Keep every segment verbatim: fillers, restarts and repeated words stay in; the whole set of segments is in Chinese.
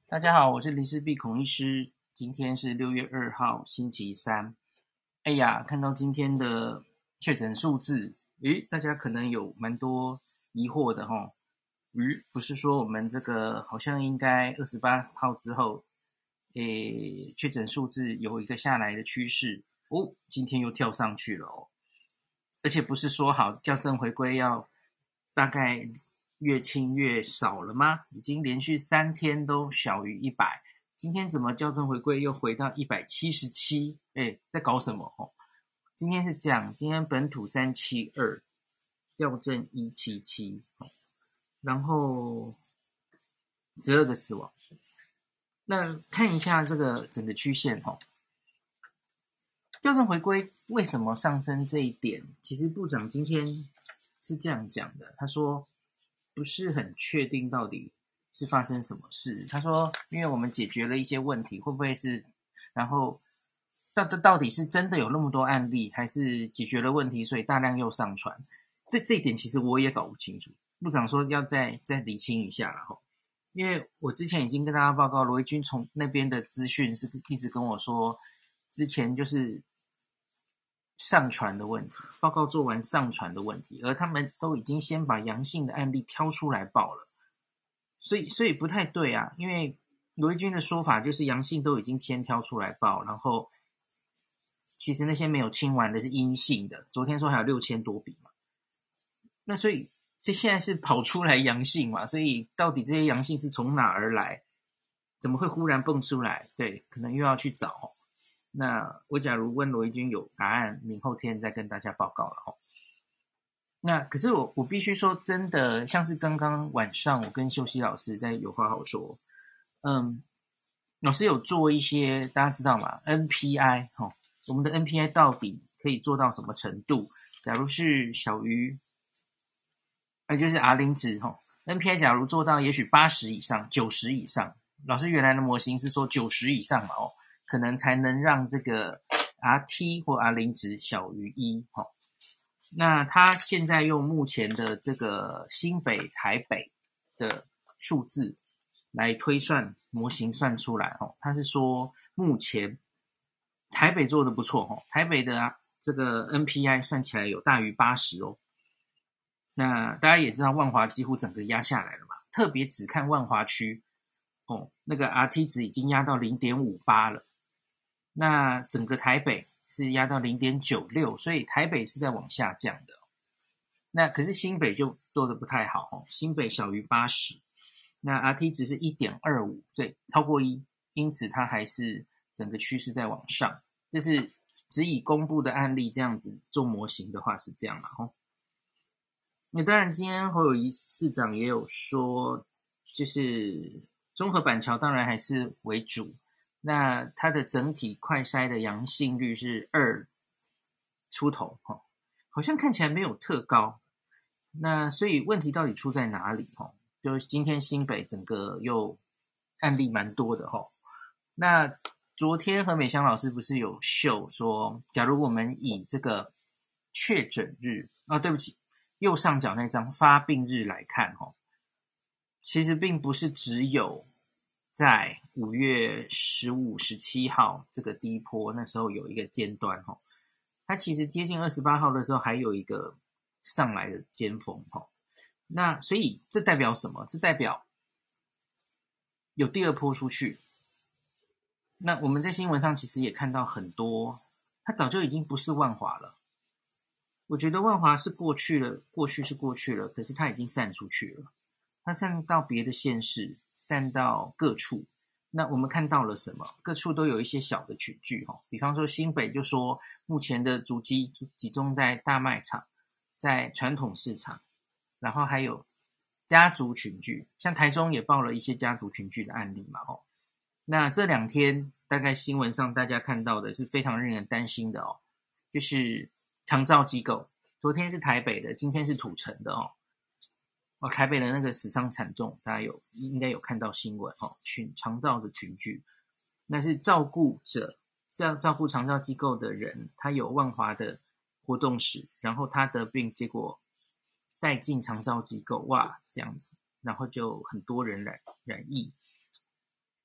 大家好，我是林氏璧孔医师。今天是六月二号，星期三。哎呀，看到今天的确诊数字，诶，大家可能有蛮多疑惑的齁。诶，不是说我们这个好像应该二十八号之后，诶，确诊数字有一个下来的趋势哦，今天又跳上去了哦。而且不是说好校正回归要大概越轻越少了吗？已经连续三天都小于一百，今天怎么校正回归又回到一百七十七？哎，在搞什么？哦，今天是这样，今天本土三七二，校正一七七，然后十二个死亡。那看一下这个整个曲线哦，校正回归为什么上升这一点？其实部长今天是这样讲的，他说不是很确定到底是发生什么事。他说，因为我们解决了一些问题，会不会是，然后到这到底是真的有那么多案例，还是解决了问题，所以大量又上传？这这一点其实我也搞不清楚。部长说要再再理清一下啦齁，因为我之前已经跟大家报告，罗毅军从那边的资讯是一直跟我说，之前就是上传的问题，报告做完上传的问题，而他们都已经先把阳性的案例挑出来报了，所以所以不太对啊，因为罗毅军的说法就是阳性都已经先挑出来报，然后其实那些没有清完的是阴性的，昨天说还有六千多笔嘛，那所以这现在是跑出来阳性嘛，所以到底这些阳性是从哪而来，怎么会忽然蹦出来？对，可能又要去找哦。那我假如问罗毅军有答案，明后天再跟大家报告了哦。那可是我我必须说，真的像是刚刚晚上我跟秀熙老师在有话好说，嗯，老师有做一些大家知道吗 ？N P I 哈、哦，我们的 N P I 到底可以做到什么程度？假如是小于，那就是 R 零值哈、哦、，N P I 假如做到也许八十以上、九十以上，老师原来的模型是说九十以上嘛哦，可能才能让这个 R T 或 R 零值小于一哈。那他现在用目前的这个新北、台北的数字来推算模型算出来哦，他是说目前台北做的不错哦，台北的、啊、这个 N P I 算起来有大于八十哦。那大家也知道万华几乎整个压下来了嘛，特别只看万华区哦，那个 R T 值已经压到 零点五八 了。那整个台北是压到 零点九六， 所以台北是在往下降的。那可是新北就做的不太好哦，新北小于八十，那 R T 值是 一点二五， 对，超过一，因此它还是整个趋势在往上。这是只以公布的案例这样子做模型的话是这样嘛齁。那当然今天侯友宜市长也有说，就是综合板桥当然还是为主，那它的整体快筛的阳性率是二出头齁，好像看起来没有特高。那所以问题到底出在哪里齁？就今天新北整个又案例蛮多的齁。那昨天何美香老师不是有秀说，假如我们以这个确诊日啊，对不起，右上角那张发病日来看齁，其实并不是只有在五月十五、十七号这个第一波那时候有一个尖端齁，它其实接近二十八号的时候还有一个上来的尖峰齁。那所以这代表什么？这代表有第二波出去。那我们在新闻上其实也看到很多，它早就已经不是万华了。我觉得万华是过去了，过去是过去了，可是它已经散出去了，它散到别的县市，散到各处。那我们看到了什么？各处都有一些小的群聚齁，比方说新北就说目前的足迹集中在大卖场，在传统市场，然后还有家族群聚，像台中也报了一些家族群聚的案例嘛齁。那这两天大概新闻上大家看到的是非常令人担心的哦，就是长照机构，昨天是台北的，今天是土城的哦。哦，台北的那个死伤惨重，大家有应该有看到新闻哦，群长照的群聚，那是照顾者，是要照顾长照机构的人，他有万华的活动史，然后他得病，结果带进长照机构，哇，这样子，然后就很多人染染疫。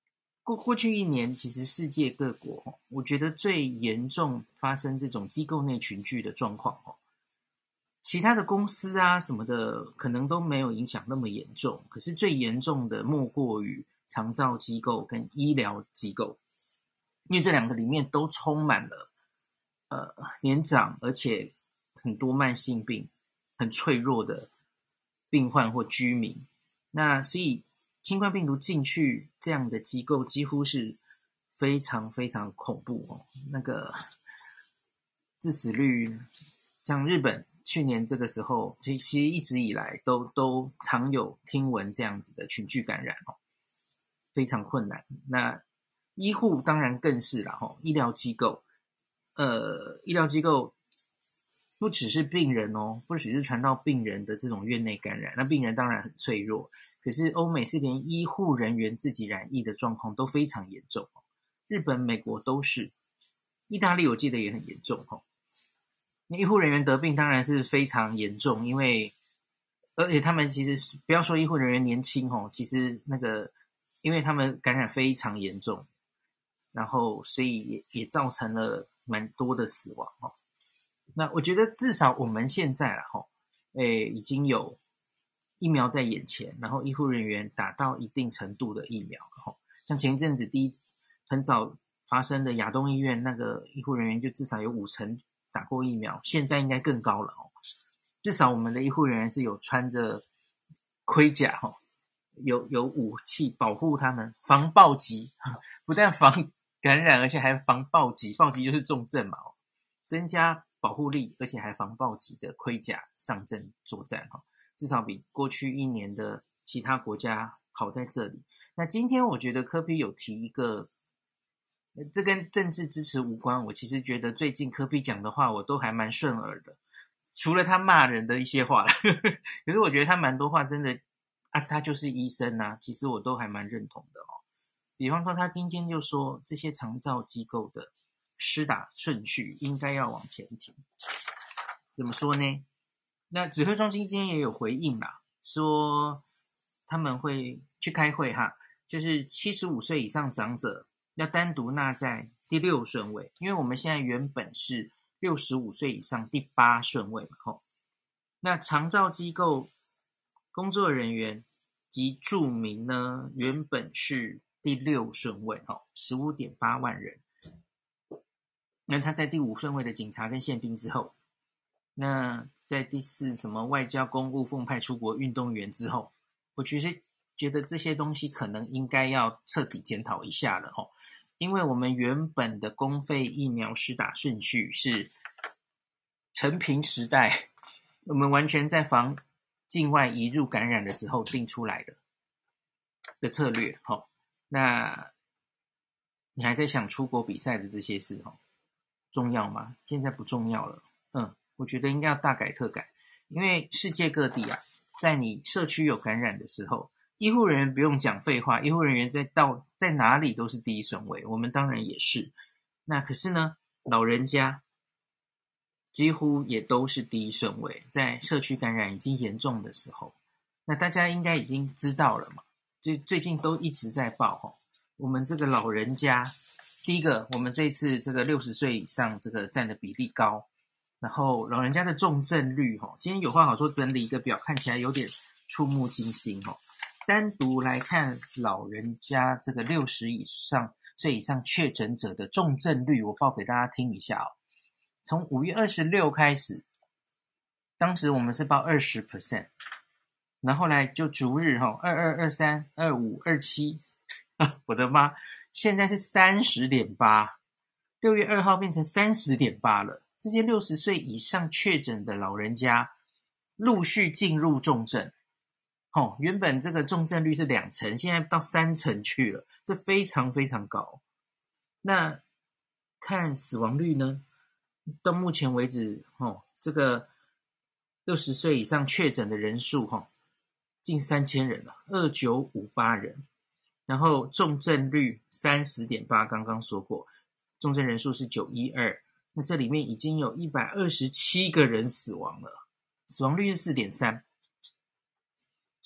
过过去一年，其实世界各国，我觉得最严重发生这种机构内群聚的状况哦。其他的公司啊什么的，可能都没有影响那么严重，可是最严重的莫过于长照机构跟医疗机构，因为这两个里面都充满了呃年长而且很多慢性病、很脆弱的病患或居民。那所以新冠病毒进去这样的机构几乎是非常非常恐怖哦，那个致死率，像日本去年这个时候，其实一直以来都都常有听闻这样子的群聚感染哦，非常困难。那医护当然更是啦哦，医疗机构，呃，医疗机构不只是病人哦，不只是传到病人的这种院内感染，那病人当然很脆弱，可是欧美是连医护人员自己染疫的状况都非常严重哦，日本、美国都是，意大利我记得也很严重哦。医护人员得病当然是非常严重，因为而且他们其实不要说医护人员年轻哦，其实那个因为他们感染非常严重，然后所以 也, 也造成了蛮多的死亡哦。那我觉得至少我们现在啦齁，诶，已经有疫苗在眼前，然后医护人员打到一定程度的疫苗齁，像前一阵子第一很早发生的亚东医院那个医护人员就至少有五成打过疫苗，现在应该更高了哦。至少我们的医护人员是有穿着盔甲齁，有有武器保护他们，防暴击，不但防感染，而且还防暴击，暴击就是重症嘛，增加保护力，而且还防暴击的盔甲上阵作战，至少比过去一年的其他国家好在这里。那今天我觉得柯 P 有提一个，这跟政治支持无关，我其实觉得最近柯 P 讲的话我都还蛮顺耳的，除了他骂人的一些话可是我觉得他蛮多话真的啊，他就是医生啊，其实我都还蛮认同的哦。比方说他今天就说这些长照机构的施打顺序应该要往前提，怎么说呢？那指挥中心今天也有回应啦，说他们会去开会哈，就是七十五岁以上长者要单独纳在第六顺位，因为我们现在原本是六十五岁以上第八顺位嘛吼。那长照机构工作人员及住民呢，原本是第六顺位吼 ,十五点八万人。那他在第五顺位的警察跟宪兵之后，那在第四什么外交公务奉派出国运动员之后，我其实觉得这些东西可能应该要彻底检讨一下了齁，因为我们原本的公费疫苗施打顺序是承平时代我们完全在防境外移入感染的时候定出来的的策略齁，那你还在想出国比赛的这些事齁，重要吗？现在不重要了。嗯，我觉得应该要大改特改，因为世界各地啊，在你社区有感染的时候，医护人员不用讲废话，医护人员在到在哪里都是第一顺位，我们当然也是。那可是呢，老人家几乎也都是第一顺位，在社区感染已经严重的时候，那大家应该已经知道了嘛，就最近都一直在报齁，我们这个老人家。第一个，我们这次这个六十岁以上这个占的比例高，然后老人家的重症率齁，今天有话好说整理一个表，看起来有点触目惊心齁。单独来看老人家这个六十以上岁以上确诊者的重症率，我报给大家听一下哦。从五月二十六开始，当时我们是报 百分之二十， 然后来就逐日齁 二二、二三、二五、二七 我的妈，现在是 三十点八， 六月二号变成 三十点八 了。这些六十岁以上确诊的老人家陆续进入重症，哦，原本这个重症率是两成，现在到三成去了，这非常非常高。那看死亡率呢，到目前为止，哦，这个六十岁以上确诊的人数，哦，近三千人了，二九五八人。然后重症率 三十点八， 刚刚说过，重症人数是九百一十二，那这里面已经有一百二十七个人死亡了，死亡率是 四点三。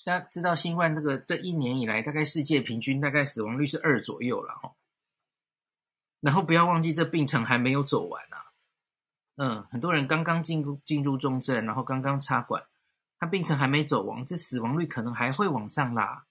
大家知道新冠这个这一年以来，大概世界平均大概死亡率是二左右了哈。然后不要忘记，这病程还没有走完啊。嗯，很多人刚刚进入进入重症，然后刚刚插管，他病程还没走完，这死亡率可能还会往上拉。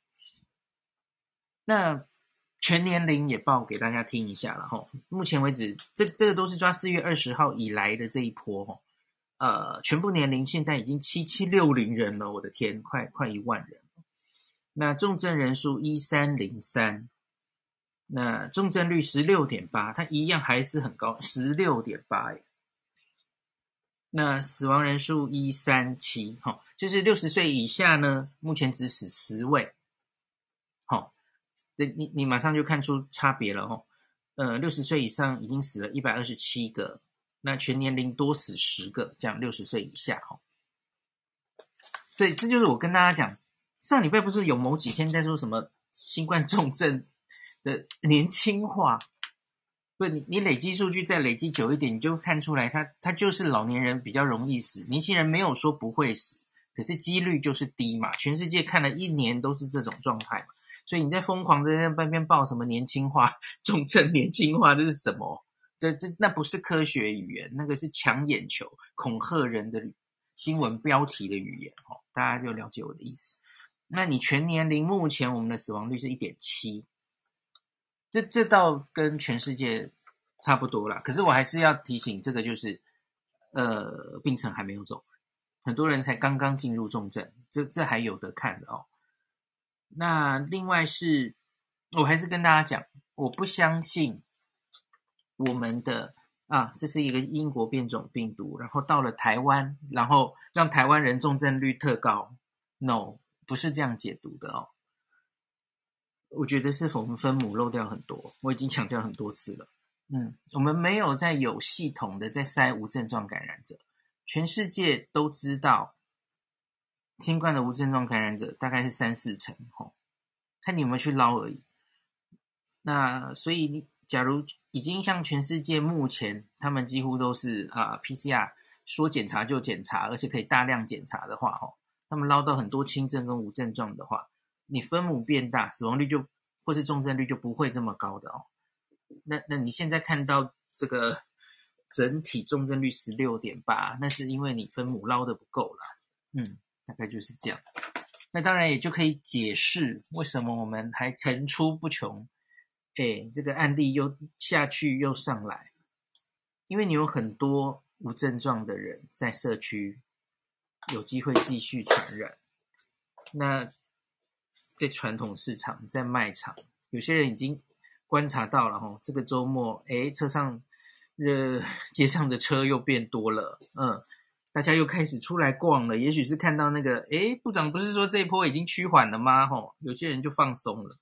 那全年龄也报给大家听一下了哈。目前为止，这这个都是抓四月二十号以来的这一波哈。呃，全部年龄现在已经七七六零人了，我的天，快快一万人。那重症人数一三零三。那重症率 十六点八， 它一样还是很高 十六点八。 那死亡人数一三七，就是六十岁以下呢，目前只死十位。好，你你马上就看出差别了齁。呃六十岁以上已经死了一百二十七个，那全年龄多死十个，这样六十岁以下齁。对，这就是我跟大家讲，上礼拜不是有某几天在说什么新冠重症的年轻化，不，你你累积数据再累积久一点，你就看出来它它就是老年人比较容易死，年轻人没有说不会死，可是几率就是低嘛。全世界看了一年都是这种状态嘛，所以你在疯狂的在那边报什么年轻化、重症年轻化，这是什么？这这那不是科学语言，那个是抢眼球、恐吓人的新闻标题的语言哦，大家就了解我的意思。那你全年龄目前我们的死亡率是 一点七。这这倒跟全世界差不多啦，可是我还是要提醒，这个就是呃病程还没有走，很多人才刚刚进入重症，这这还有得看的哦。那另外是，我还是跟大家讲，我不相信我们的啊，这是一个英国变种病毒，然后到了台湾，然后让台湾人重症率特高 ，no， 不是这样解读的哦。我觉得是我们分母漏掉很多，我已经强调很多次了。嗯，我们没有在有系统的在筛无症状感染者，全世界都知道新冠的无症状感染者大概是三四成，吼，看你有没有去捞而已。那所以你假如已经像全世界目前他们几乎都是啊、呃、P C R 说检查就检查，而且可以大量检查的话，吼，他们捞到很多轻症跟无症状的话，你分母变大，死亡率就或是重症率就不会这么高的哦。那那你现在看到这个整体重症率 十六点八， 那是因为你分母捞的不够了。嗯，大概就是这样。那当然也就可以解释为什么我们还层出不穷，哎，这个案例又下去又上来，因为你有很多无症状的人在社区有机会继续传染。那在传统市场，在卖场，有些人已经观察到了齁，这个周末诶车上呃街上的车又变多了，嗯，大家又开始出来逛了，也许是看到那个诶部长不是说这一波已经趋缓了吗？齁，有些人就放松了。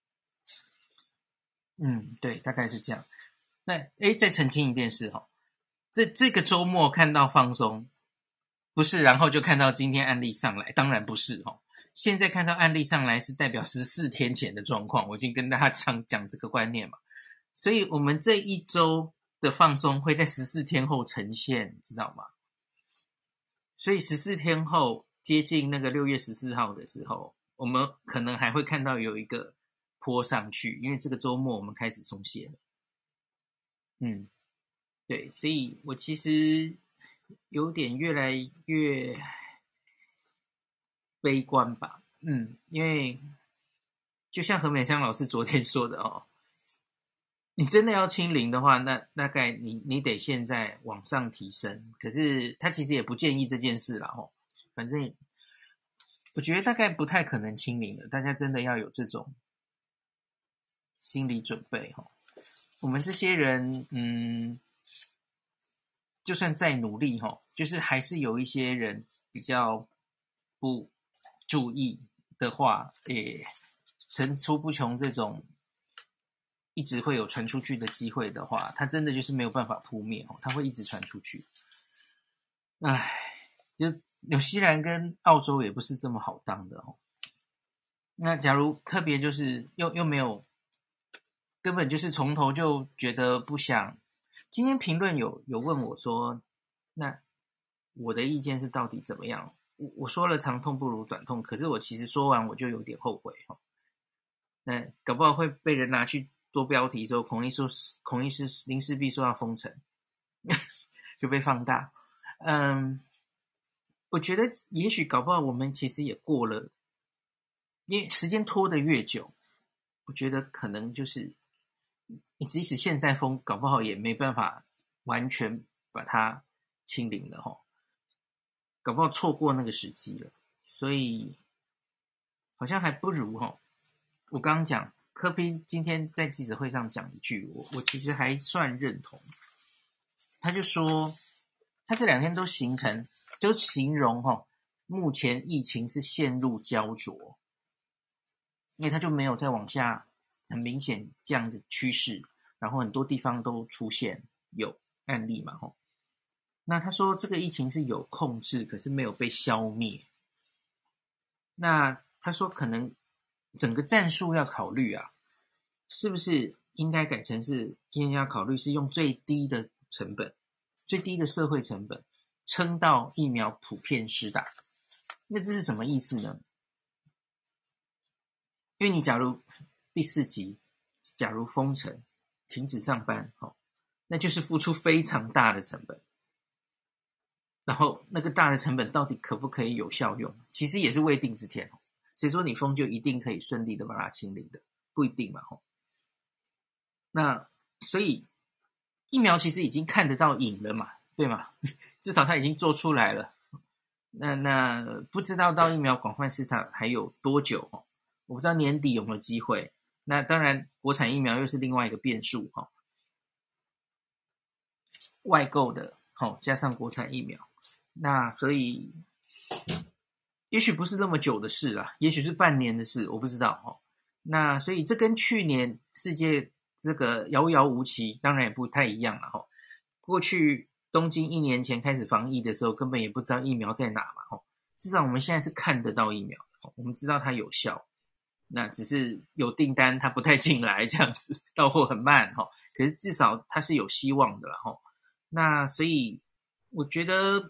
嗯，对，大概是这样。那诶再澄清一件事齁，这这个周末看到放松，不是然后就看到今天案例上来，当然不是齁。现在看到案例上来是代表十四天前的状况，我已经跟大家讲讲这个观念嘛，所以我们这一周的放松会在十四天后呈现，知道吗？所以十四天后接近那个六月十四号的时候，我们可能还会看到有一个坡上去，因为这个周末我们开始松懈了。嗯，对，所以我其实有点越来越悲观吧。嗯，因为就像何美香老师昨天说的哦，你真的要清零的话，那大概你你得现在往上提升。可是他其实也不建议这件事啦齁，反正我觉得大概不太可能清零了，大家真的要有这种心理准备齁。我们这些人，嗯，就算再努力齁，就是还是有一些人比较不注意的话，也层出不穷这种一直会有传出去的机会的话，它真的就是没有办法扑灭哦，它会一直传出去。唉，就纽西兰跟澳洲也不是这么好当的哦。那假如特别就是又又没有，根本就是从头就觉得不想。今天评论有有问我说，那我的意见是到底怎么样？ 我我说了长痛不如短痛，可是我其实说完我就有点后悔哈。那搞不好会被人拿去做标题说孔医师孔医师林氏璧说要封城，就被放大。嗯，我觉得也许搞不好我们其实也过了，因为时间拖得越久，我觉得可能就是你即使现在封，搞不好也没办法完全把它清零了齁，搞不好错过那个时机了，所以好像还不如齁。我刚刚讲柯 P 今天在记者会上讲一句，我我其实还算认同，他就说他这两天都形成就形容齁，目前疫情是陷入焦灼，因为他就没有再往下很明显这样的趋势，然后很多地方都出现有案例嘛齁。那他说这个疫情是有控制，可是没有被消灭。那他说可能整个战术要考虑啊，是不是应该改成是应该要考虑是用最低的成本，最低的社会成本撑到疫苗普遍施打。那这是什么意思呢？因为你假如第四级假如封城停止上班，那就是付出非常大的成本，然后那个大的成本到底可不可以有效用，其实也是未定之天。谁说你封就一定可以顺利的把它清零的？不一定嘛。那所以疫苗其实已经看得到影了嘛，对吗？至少它已经做出来了。那那不知道到疫苗广泛市场还有多久，我不知道年底有没有机会。那当然国产疫苗又是另外一个变数，外购的加上国产疫苗，那所以也许不是那么久的事啦，也许是半年的事，我不知道。那所以这跟去年世界这个遥遥无期当然也不太一样了。过去东京一年前开始防疫的时候，根本也不知道疫苗在哪嘛。至少我们现在是看得到疫苗的，我们知道它有效，那只是有订单它不太进来这样子，到货很慢，可是至少它是有希望的啦。那所以我觉得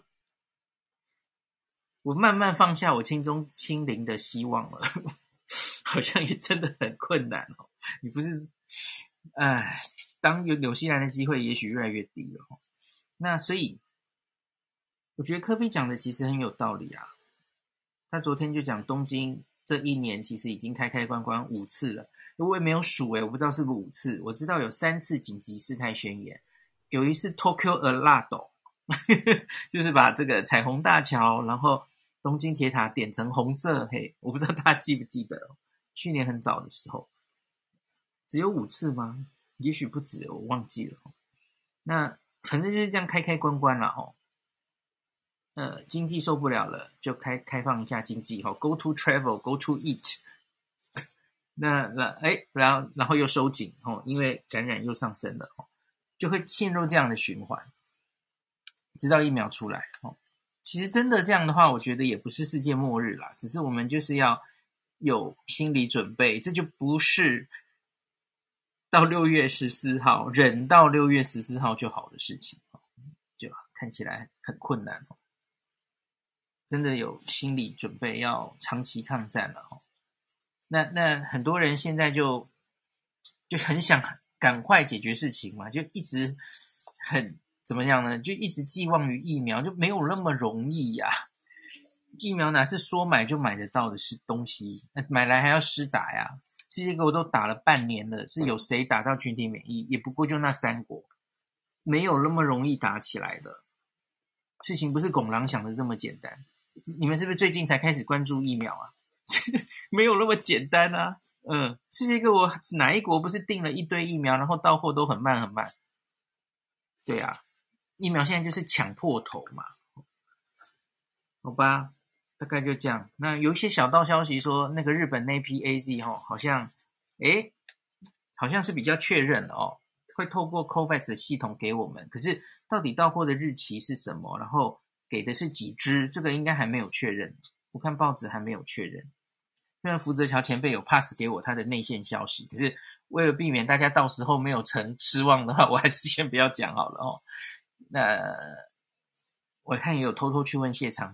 我慢慢放下我心中清零的希望了，好像也真的很困难哦。你不是，哎，当有纽西兰的机会也许越来越低了。那所以我觉得柯 P 讲的其实很有道理啊。他昨天就讲东京这一年其实已经开开关关五次了，我也没有数诶，我不知道是不是五次，我知道有三次紧急事态宣言，有一次 Tokyo Alert 就是把这个彩虹大桥然后东京铁塔点成红色，嘿，我不知道大家记不记得，去年很早的时候，只有五次吗？也许不止，我忘记了。那反正就是这样开开关关啦，吼。呃，经济受不了了，就开开放一下经济，吼 ，Go to travel, Go to eat 那。那哎，然后然后又收紧，吼，因为感染又上升了，吼，就会陷入这样的循环，直到疫苗出来，吼。其实真的这样的话，我觉得也不是世界末日啦，只是我们就是要有心理准备，这就不是到六月十四号忍到六月十四号就好的事情，就看起来很困难，真的有心理准备要长期抗战了。那那很多人现在就就很想赶快解决事情嘛，就一直很怎么样呢？就一直寄望于疫苗，就没有那么容易呀、啊。疫苗哪是说买就买得到的是东西，买来还要施打呀。世界各国都打了半年了，是有谁打到群体免疫？也不过就那三国，没有那么容易打起来的。事情不是拱狼想的这么简单。你们是不是最近才开始关注疫苗啊？没有那么简单啊。嗯，世界各国哪一国不是订了一堆疫苗，然后到货都很慢很慢？对啊，疫苗现在就是抢破头嘛。好吧，大概就这样。那有一些小道消息说，那个日本那批 A Z 哦，好像，诶，好像是比较确认了哦，会透过 COVAX 的系统给我们。可是到底到货的日期是什么？然后给的是几支？这个应该还没有确认。我看报纸还没有确认。虽然福泽桥前辈有 pass 给我他的内线消息，可是为了避免大家到时候没有成失望的话，我还是先不要讲好了哦。那我看也有偷偷去问谢长廷，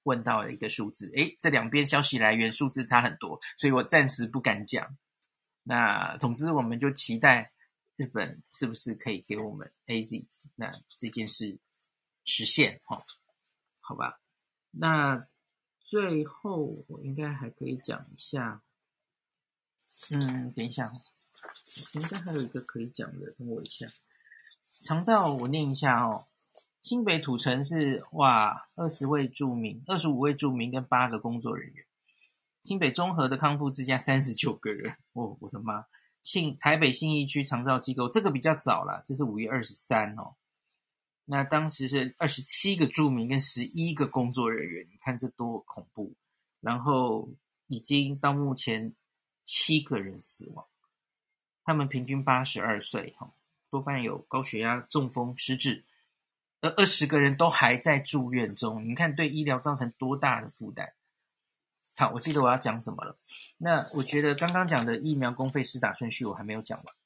问到了一个数字，诶，这两边消息来源数字差很多，所以我暂时不敢讲。那总之我们就期待日本是不是可以给我们 A Z， 那这件事实现、哦、好吧。那最后我应该还可以讲一下，嗯，等一下，应该还有一个可以讲的，等我一下。长照我念一下哦，新北土城是哇，二十位住民，二十五位住民跟八个工作人员。新北中和的康复之家三十九个人，哦，我的妈！信台北信义区长照机构这个比较早啦，这是五月二十三哦。那当时是二十七个住民跟十一个工作人员，你看这多恐怖！然后已经到目前七个人死亡，他们平均八十二岁哈，多半有高血压、中风、失智，而二十个人都还在住院中，你看对医疗造成多大的负担。好，我记得我要讲什么了。那我觉得刚刚讲的疫苗公费施打顺序我还没有讲完。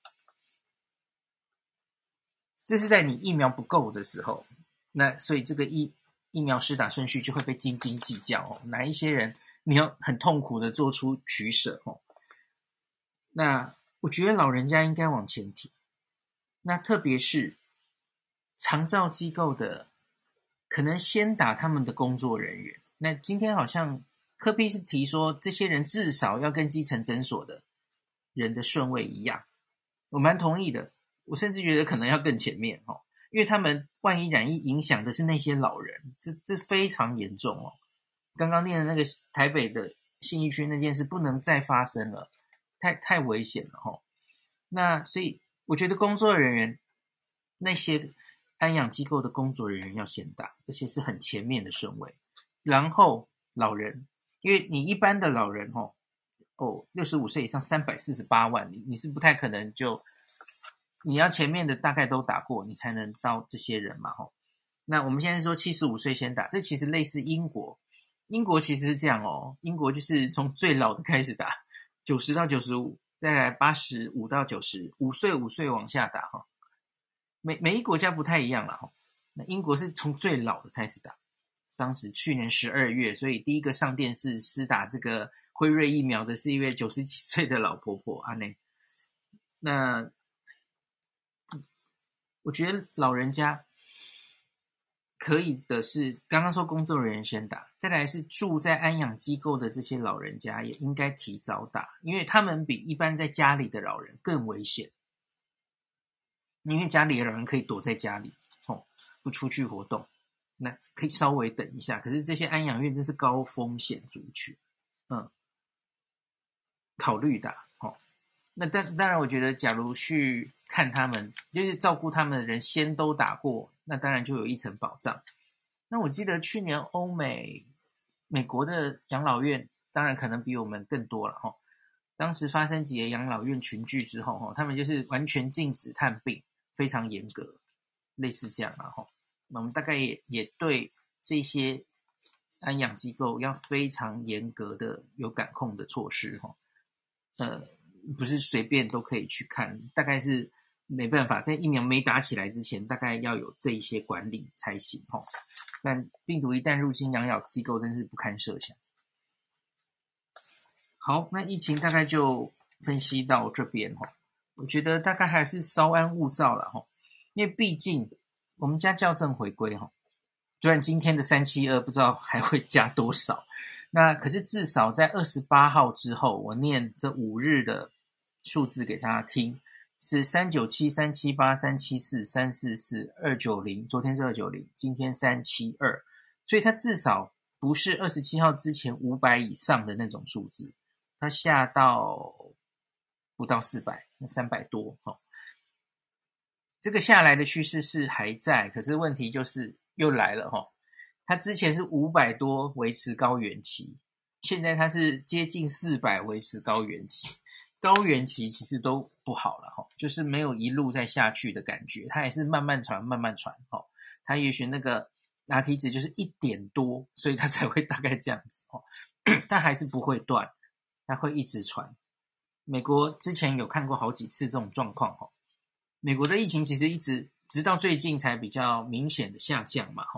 这是在你疫苗不够的时候，那所以这个疫疫苗施打顺序就会被斤斤计较哦。哪一些人你要很痛苦的做出取舍哦。那我觉得老人家应该往前提，那特别是长照机构的，可能先打他们的工作人员。那今天好像柯 P 是提说，这些人至少要跟基层诊所的人的顺位一样，我蛮同意的。我甚至觉得可能要更前面哦，因为他们万一染疫影响的是那些老人，这这非常严重哦。刚刚念的那个台北的信义区那件事不能再发生了，太太危险了哦。那所以我觉得工作人员那些安养机构的工作人员要先打，而且是很前面的顺位，然后老人。因为你一般的老人哦，哦，六十五岁以上三百四十八万，你你是不太可能就，你要前面的大概都打过，你才能到这些人嘛吼。那我们现在说七十五岁先打，这其实类似英国，英国其实是这样哦，英国就是从最老的开始打，九十到九十五，再来八十五到九十，五岁五岁往下打哈。每每一国家不太一样啦哈。那英国是从最老的开始打。当时去年十二月，所以第一个上电视施打这个辉瑞疫苗的是一位九十几岁的老婆婆啊内。那我觉得老人家可以的是，刚刚说工作人员先打，再来是住在安养机构的这些老人家也应该提早打，因为他们比一般在家里的老人更危险。因为家里的老人可以躲在家里，哦，不出去活动。那可以稍微等一下，可是这些安养院真是高风险族群，嗯，考虑的哦。那但当然，我觉得假如去看他们，就是照顾他们的人先都打过，那当然就有一层保障。那我记得去年欧美美国的养老院，当然可能比我们更多了哈、哦。当时发生几个养老院群聚之后，哈、哦，他们就是完全禁止探病，非常严格，类似这样啦哈。我们大概也也对这些安养机构要非常严格的有感控的措施哈，呃，不是随便都可以去看，大概是没办法，在疫苗没打起来之前，大概要有这一些管理才行哈。但病毒一旦入侵养老机构，真是不堪设想。好，那疫情大概就分析到这边哈，我觉得大概还是稍安勿躁了哈，因为毕竟我们家校正回归哈，虽然今天的三七二不知道还会加多少，那可是至少在二十八号之后，我念这五日的数字给大家听，是三九七、三七八、三七四、三四四、二九零，昨天是二九零，今天三七二，所以它至少不是二十七号之前五百以上的那种数字，它下到不到四百，那三百多哦。这个下来的趋势是还在，可是问题就是又来了齁，它之前是五百多维持高原期，现在它是接近四百维持高原期。高原期其实都不好了齁，就是没有一路再下去的感觉，它也是慢慢传慢慢传齁，它也许那个 R T 值就是一点多，所以它才会大概这样子齁，它还是不会断，它会一直传。美国之前有看过好几次这种状况齁，美国的疫情其实一直直到最近才比较明显的下降嘛齁，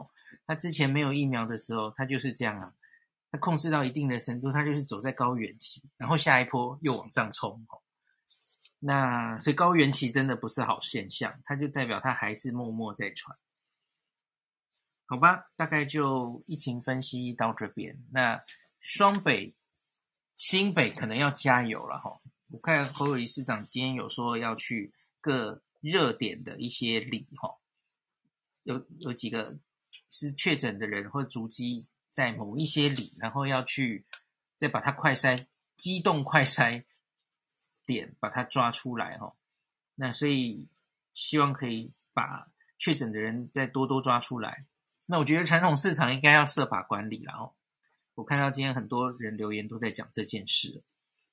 他之前没有疫苗的时候，他就是这样啊，他控制到一定的程度，他就是走在高原期，然后下一波又往上冲。那所以高原期真的不是好现象，它就代表它还是默默在传。好吧，大概就疫情分析到这边。那双北、新北可能要加油了哈。我看侯友宜市长今天有说要去各热点的一些里哈，有有几个是确诊的人或足迹在某一些里，然后要去再把它快筛、机动快筛点把它抓出来哈。那所以希望可以把确诊的人再多多抓出来。那我觉得传统市场应该要设法管理啦哦。我看到今天很多人留言都在讲这件事，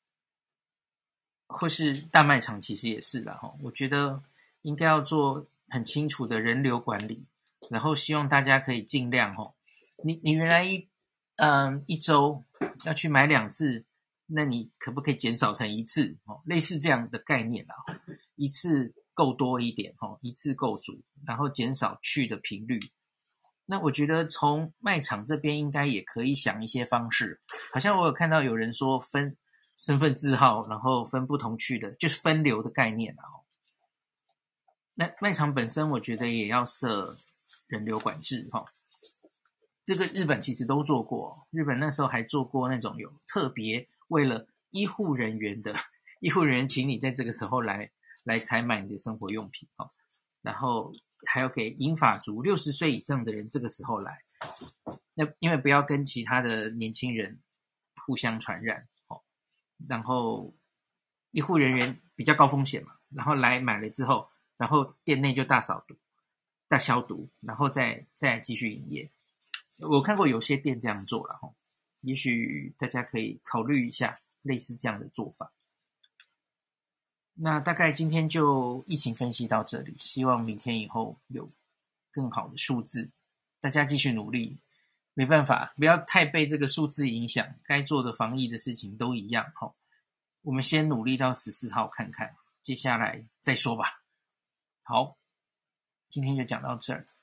或是大卖场其实也是啦齁。我觉得应该要做很清楚的人流管理，然后希望大家可以尽量齁。你你原来一嗯一周要去买两次，那你可不可以减少成一次齁？类似这样的概念啦，一次够多一点齁，一次够足，然后减少去的频率。那我觉得从卖场这边应该也可以想一些方式，好像我有看到有人说分身份字号，然后分不同区的，就是分流的概念啊。那卖场本身我觉得也要设人流管制哈。这个日本其实都做过，日本那时候还做过那种有特别为了医护人员的，医护人员请你在这个时候来来采买你的生活用品哈，然后还要给银发族六十岁以上的人这个时候来，那因为不要跟其他的年轻人互相传染，然后医护人员比较高风险嘛，然后来买了之后，然后店内就大扫毒、大消毒，然后再再继续营业。我看过有些店这样做了，也许大家可以考虑一下类似这样的做法。那大概今天就疫情分析到这里，希望明天以后有更好的数字，大家继续努力。没办法，不要太被这个数字影响，该做的防疫的事情都一样。我们先努力到十四号看看，接下来再说吧。好，今天就讲到这儿。